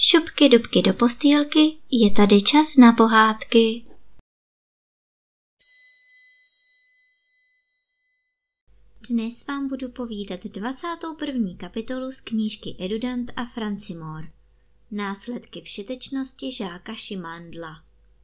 Šupky dubky do postýlky, je tady čas na pohádky. Dnes vám budu povídat 21. kapitolu z knížky Edudant a Francimore. Následky všetečnosti žáka Šimandla.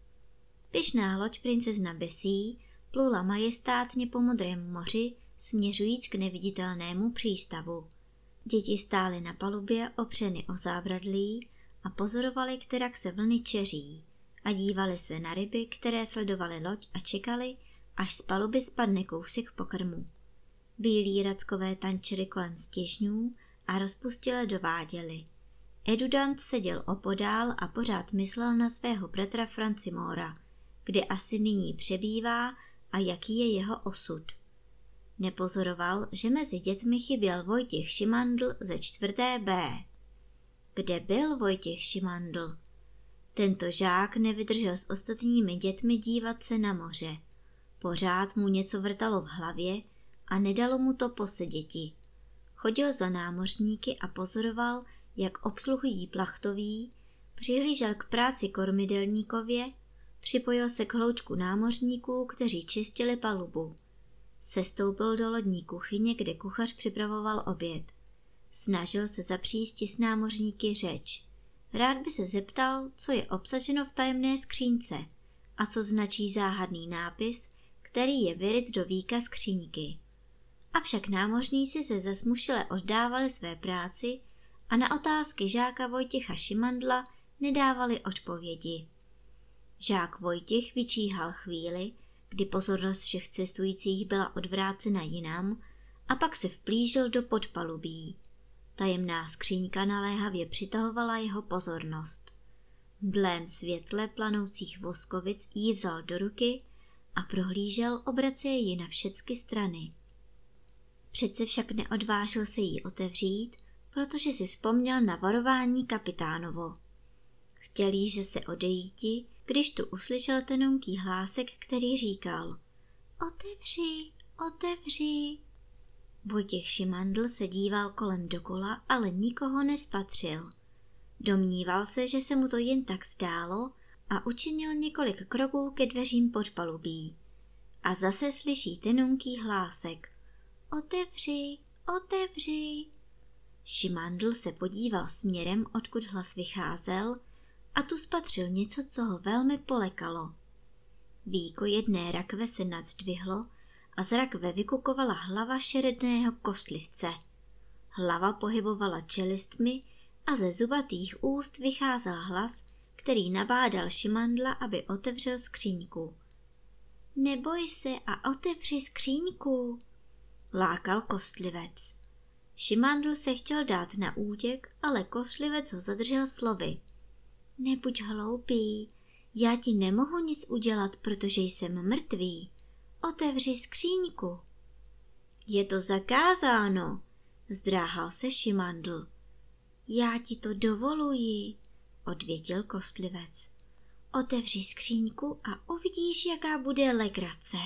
Pyšná loď princezna Bessie plula majestátně po modrém moři, směřujíc k neviditelnému přístavu. Děti stály na palubě opřeny o zábradlí a pozorovali, kterak se vlny čeří, a dívali se na ryby, které sledovaly loď a čekali, až z paluby spadne kousek pokrmu. Bílí rackové tančili kolem stěžňů a rozpustile dováděli. Edudant seděl opodál a pořád myslel na svého bratra Francimora, kde asi nyní přebývá a jaký je jeho osud. Nepozoroval, že mezi dětmi chyběl Vojtěch Šimandl ze 4. B. Kde byl Vojtěch Šimandl? Tento žák nevydržel s ostatními dětmi dívat se na moře. Pořád mu něco vrtalo v hlavě a nedalo mu to poseděti. Chodil za námořníky a pozoroval, jak obsluhují plachtoví, přihlížel k práci kormidelníkově, připojil se k hloučku námořníků, kteří čistili palubu. Sestoupil do lodní kuchyně, kde kuchař připravoval oběd. Snažil se zapřísti s námořníky řeč. Rád by se zeptal, co je obsaženo v tajemné skřínce a co značí záhadný nápis, který je vyryt do víka skříňky. Avšak námořníci se zasmušile oddávali své práci a na otázky žáka Vojtěcha Šimandla nedávali odpovědi. Žák Vojtěch vyčíhal chvíli, kdy pozornost všech cestujících byla odvrácena jinam, a pak se vplížil do podpalubí. Tajemná skříňka naléhavě přitahovala jeho pozornost. V dlém světle planoucích voskovic ji vzal do ruky a prohlížel, obraceje ji na všechny strany. Přece však neodvážil se jí otevřít, protože si vzpomněl na varování kapitánovo. Chtěl jíže se odejíti, když tu uslyšel tenunký hlásek, který říkal: Otevři, otevři. Vojtěch Šimandl se díval kolem dokola, ale nikoho nespatřil. Domníval se, že se mu to jen tak zdálo a učinil několik kroků ke dveřím podpalubí. A zase slyší tenunký hlásek: Otevři, otevři. Šimandl se podíval směrem, odkud hlas vycházel, a tu spatřil něco, co ho velmi polekalo. Víko jedné rakve se nadzdvihlo a z rakve vykukovala hlava šeredného kostlivce. Hlava pohybovala čelistmi a ze zubatých úst vycházel hlas, který nabádal Šimandla, aby otevřel skříňku. Neboj se a otevři skříňku, lákal kostlivec. Šimandl se chtěl dát na útěk, ale kostlivec ho zadržel slovy. Nebuď hloupý, já ti nemohu nic udělat, protože jsem mrtvý. Otevři skříňku. Je to zakázáno, zdráhal se Šimandl. Já ti to dovoluji, odvětil kostlivec. Otevři skříňku a uvidíš, jaká bude legrace.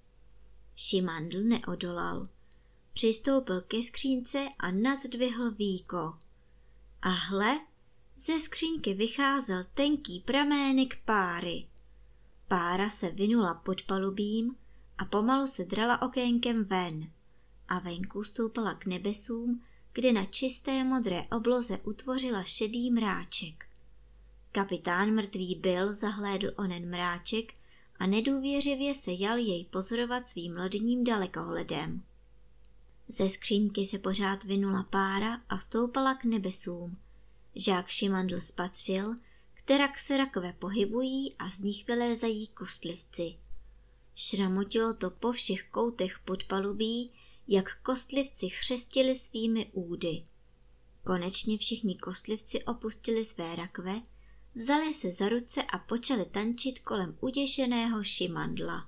Šimandl neodolal. Přistoupil ke skřínce a nazdvihl víko. A hle, ze skříňky vycházel tenký pramének páry. Pára se vinula pod palubím a pomalu se drala okénkem ven a venku stoupala k nebesům, kde na čisté modré obloze utvořila šedý mráček. Kapitán mrtvý byl zahlédl onen mráček a nedůvěřivě se jal jej pozorovat svým lodním dalekohledem. Ze skříňky se pořád vinula pára a stoupala k nebesům. Žák Šimandl spatřil, kterak se rakve pohybují a z nich vylézají kostlivci. Šramotilo to po všech koutech podpalubí, jak kostlivci chřestili svými údy. Konečně všichni kostlivci opustili své rakve, vzali se za ruce a počali tančit kolem uděšeného Šimandla.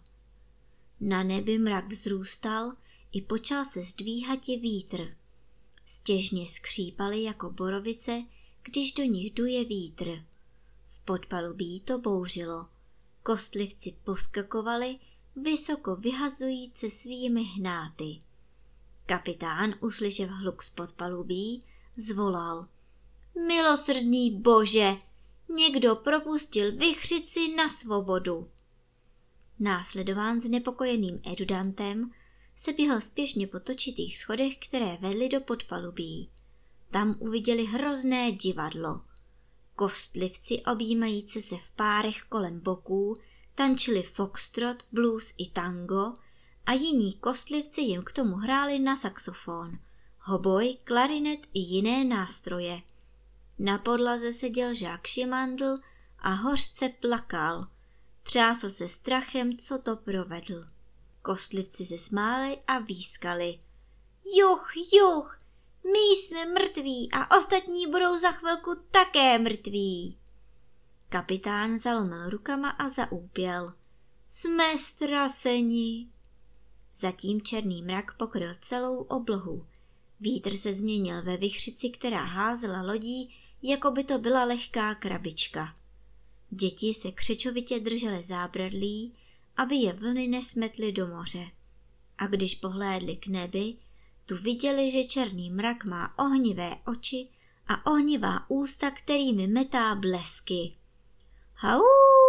Na nebi mrak vzrůstal i počal se zdvíhati vítr. Stěžně skřípaly jako borovice, když do nich duje vítr. V podpalubí to bouřilo. Kostlivci poskakovali, vysoko vyhazujíce svými hnáty. Kapitán, uslyšev hluk z podpalubí, zvolal: Milosrdný Bože, někdo propustil vichřici na svobodu. Následován znepokojeným Edudantem se běhl spěšně po točitých schodech, které vedly do podpalubí. Tam uviděli hrozné divadlo. Kostlivci objímající se v párech kolem boků tančili foxtrot, blues i tango a jiní kostlivci jim k tomu hráli na saxofon, hoboj, klarinet i jiné nástroje. Na podlaze seděl žák Šimandl a hořce plakal. Třásl se strachem, co to provedl. Kostlivci se smáli a výskali. Juch, juch, my jsme mrtví a ostatní budou za chvilku také mrtví. Kapitán zalomil rukama a zaúpěl. Jsme ztraceni. Zatím černý mrak pokryl celou oblohu. Vítr se změnil ve vichřici, která házela lodí, jako by to byla lehká krabička. Děti se křečovitě držely zábradlí, aby je vlny nesmetly do moře. A když pohlédli k nebi, tu viděli, že černý mrak má ohnivé oči a ohnivá ústa, kterými metá blesky. Hauha!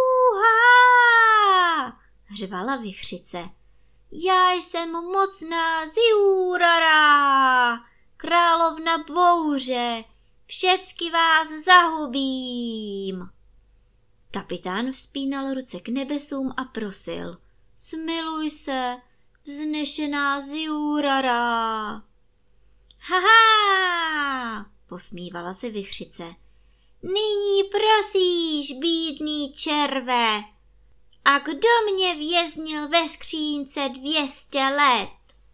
Řvala vichřice. Já jsem mocná Ziurara, královna bouře, všecky vás zahubím. Kapitán vzpínal ruce k nebesům a prosil. Smiluj se, vznešená Ziurara. Haha, posmívala se vichřice. Nyní prosíš, bídný červe. A kdo mě věznil ve skřínce 200 let?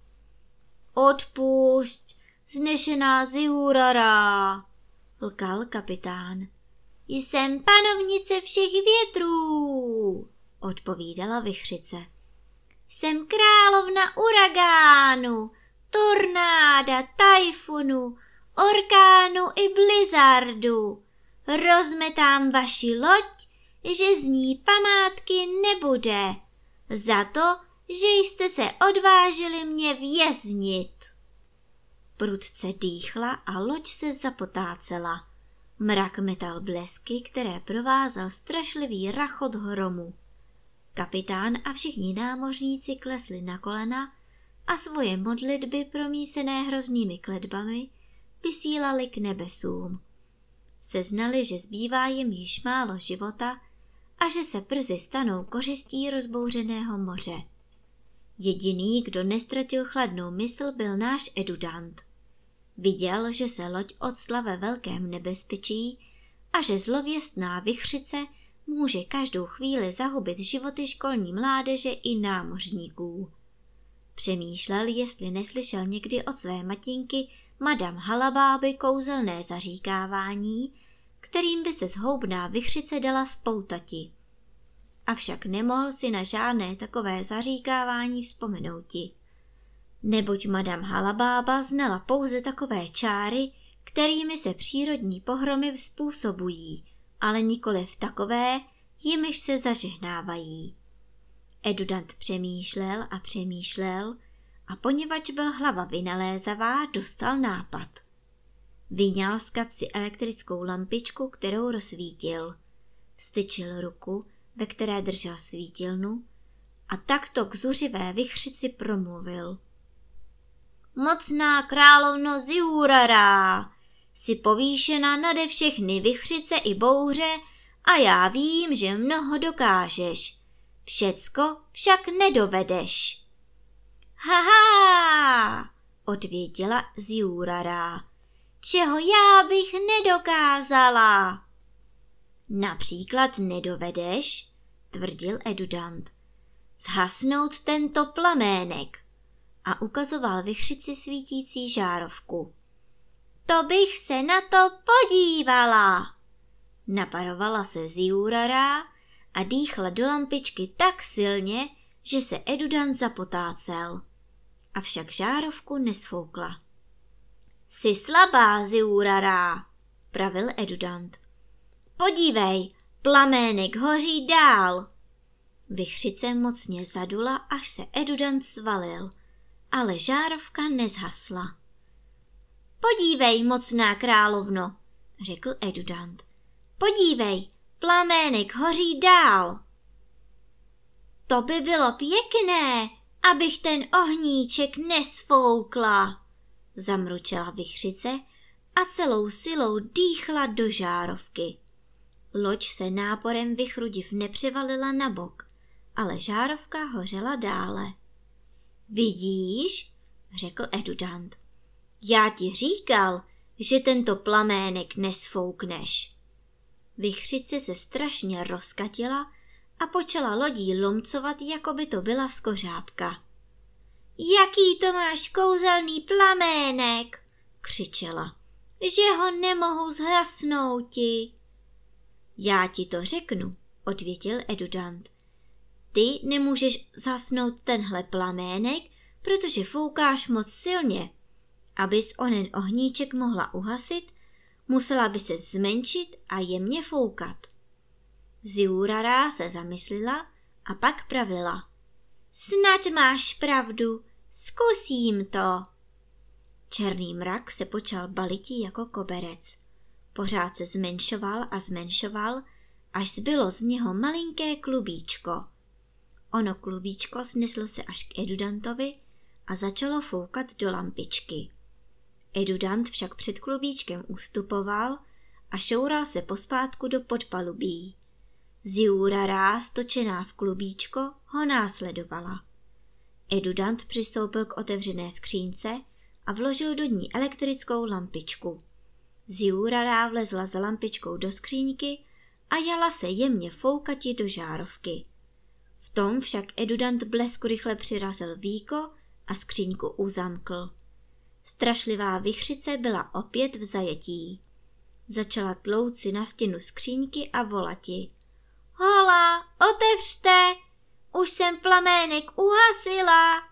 Odpusť, vznešená Ziurara, lkal kapitán. Jsem panovnice všech větrů, odpovídala vichřice. Jsem královna uragánu, tornáda, tajfunu, orkánu i blizzardu. Rozmetám vaši loď, že z ní památky nebude, za to, že jste se odvážili mě věznit. Prudce dýchla a loď se zapotácela. Mrak metal blesky, které provázel strašlivý rachot hromu. Kapitán a všichni námořníci klesli na kolena a svoje modlitby promísené hroznými kletbami vysílali k nebesům. Seznali, že zbývá jim již málo života a že se brzy stanou kořistí rozbouřeného moře. Jediný, kdo nestratil chladnou mysl, byl náš Edudant. Viděl, že se loď octla ve velkém nebezpečí a že zlověstná vichřice může každou chvíli zahubit životy školní mládeže i námořníků. Přemýšlel, jestli neslyšel někdy od své matinky Madame Halabáby kouzelné zaříkávání, kterým by se zhoubná vichřice dala spoutati. Avšak nemohl si na žádné takové zaříkávání vzpomenouti. Neboť Madame Halabába znala pouze takové čáry, kterými se přírodní pohromy způsobují, ale nikoliv takové, jimiž se zažehnávají. Edudant přemýšlel a poněvadž byl hlava vynalézavá, dostal nápad. Vyňal z kapsy elektrickou lampičku, kterou rozsvítil. Styčil ruku, ve které držel svítilnu, a takto k zuřivé vichřici promluvil. Mocná královno Ziurara, jsi povýšena nade všechny vichřice i bouře a já vím, že mnoho dokážeš. Všecko však nedovedeš. Haha, odvěděla Ziurara. Čeho já bych nedokázala? Například nedovedeš, tvrdil Edudant, zhasnout tento plamének, a ukazoval vichřici svítící žárovku. To bych se na to podívala. Naparovala se Ziurara a dýchla do lampičky tak silně, že se Edudant zapotácel. Avšak žárovku nesfoukla. Jsi slabá, Ziurara, pravil Edudant. Podívej, plamének hoří dál. Vichřice mocně zadula, až se Edudant svalil, ale žárovka nezhasla. Podívej, mocná královno, řekl adjudant. Podívej, plamének hoří dál. To by bylo pěkné, abych ten ohníček nesfoukla, zamručela vichřice a celou silou dýchla do žárovky. Loď se náporem vichru div nepřevalila na bok, ale žárovka hořela dále. Vidíš, řekl adjudant, já ti říkal, že tento plamének nesfoukneš. Vichřice se strašně rozkatila a počala lodí lomcovat, jako by to byla skořápka. Jaký to máš kouzelný plamének, křičela, že ho nemohu zhasnouti. Já ti to řeknu, odvětil adjudant. Ty nemůžeš zhasnout tenhle plamének, protože foukáš moc silně. Abys onen ohníček mohla uhasit, musela by se zmenšit a jemně foukat. Ziurara se zamyslela a pak pravila. Snad máš pravdu, zkusím to. Černý mrak se počal baliti jako koberec. Pořád se zmenšoval a zmenšoval, až zbylo z něho malinké klubíčko. Ono klubíčko sneslo se až k adjudantovi a začalo foukat do lampičky. Adjudant však před klubíčkem ustupoval a šoural se pospátku do podpalubí. Ziurara, stočená v klubíčko, ho následovala. Adjudant přistoupil k otevřené skřínce a vložil do ní elektrickou lampičku. Ziurara vlezla za lampičkou do skříňky a jala se jemně foukati do žárovky. V tom však adjudant blesku rychle přirazil víko a skříňku uzamkl. Strašlivá vichřice byla opět v zajetí. Začala tlouct si na stěnu skříňky a volati. Hola, otevřte, už jsem plamének uhasila.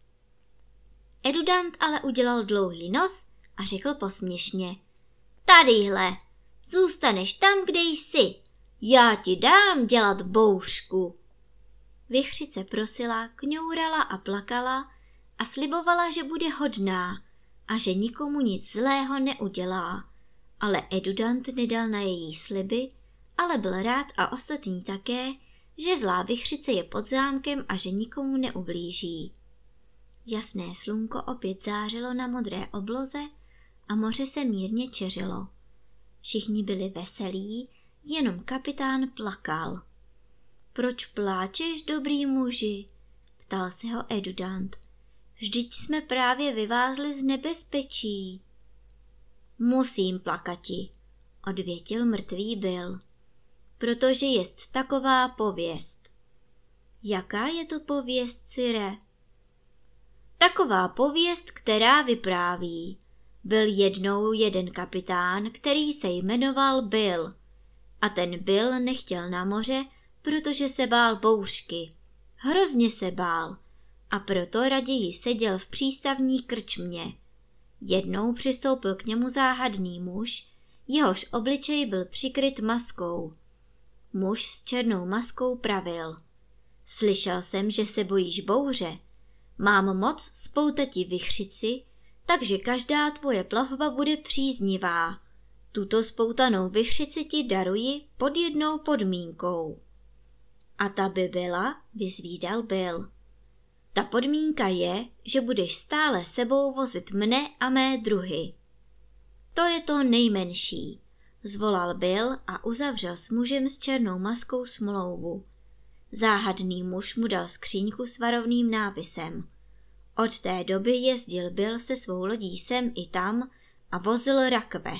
Adjudant ale udělal dlouhý nos a řekl posměšně. Tadyhle, zůstaneš tam, kde jsi, já ti dám dělat bouřku. Vichřice prosila, kňourala a plakala a slibovala, že bude hodná a že nikomu nic zlého neudělá, ale adjudant nedal na její sliby, ale byl rád a ostatní také, že zlá vichřice je pod zámkem a že nikomu neublíží. Jasné slunko opět zářilo na modré obloze a moře se mírně čeřilo. Všichni byli veselí, jenom kapitán plakal. Proč pláčeš, dobrý muži? Ptal se ho adjudant. Vždyť jsme právě vyvázli z nebezpečí. Musím plakati, odvětil mrtvý Bill, protože jest taková pověst. Jaká je to pověst, sire? Taková pověst, která vypráví. Byl jednou jeden kapitán, který se jmenoval Bill. A ten Bill nechtěl na moře, protože se bál bouřky. Hrozně se bál. A proto raději seděl v přístavní krčmě. Jednou přistoupil k němu záhadný muž, jehož obličej byl přikryt maskou. Muž s černou maskou pravil. Slyšel jsem, že se bojíš bouře. Mám moc spoutati vichřici, takže každá tvoje plavba bude příznivá. Tuto spoutanou vichřici ti daruji pod jednou podmínkou. A ta by byla, vyzvídal Bill. Ta podmínka je, že budeš stále sebou vozit mne a mé druhy. To je to nejmenší, zvolal Bill a uzavřel s mužem s černou maskou smlouvu. Záhadný muž mu dal skříňku s varovným nápisem. Od té doby jezdil Bill se svou lodí sem i tam a vozil rakve.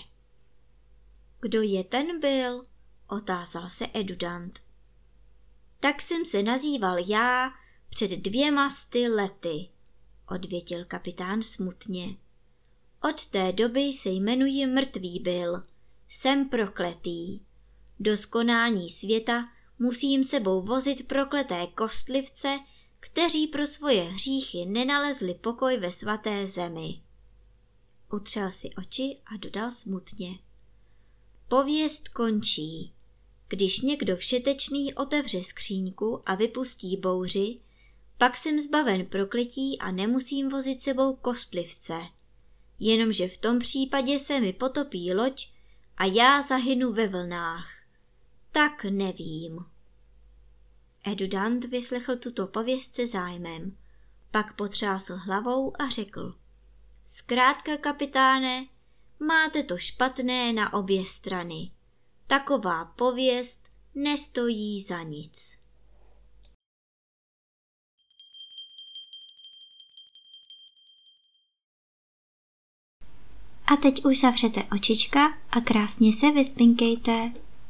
Kdo je ten Bill? Otázal se adjudant. Tak jsem se nazýval já před 200 lety, odvětil kapitán smutně. Od té doby se jmenuji mrtvý Bill, jsem prokletý. Do skonání světa musím sebou vozit prokleté kostlivce, kteří pro svoje hříchy nenalezli pokoj ve svaté zemi. Utřel si oči a dodal smutně. Pověst končí. Když někdo všetečný otevře skříňku a vypustí bouři, pak jsem zbaven prokletí a nemusím vozit sebou kostlivce. Jenomže v tom případě se mi potopí loď a já zahynu ve vlnách. Tak nevím. Edudant vyslechl tuto pověst se zájmem, pak potřásl hlavou a řekl: Zkrátka, kapitáne, máte to špatné na obě strany. Taková pověst nestojí za nic. A teď už zavřete očička a krásně se vyspinkejte.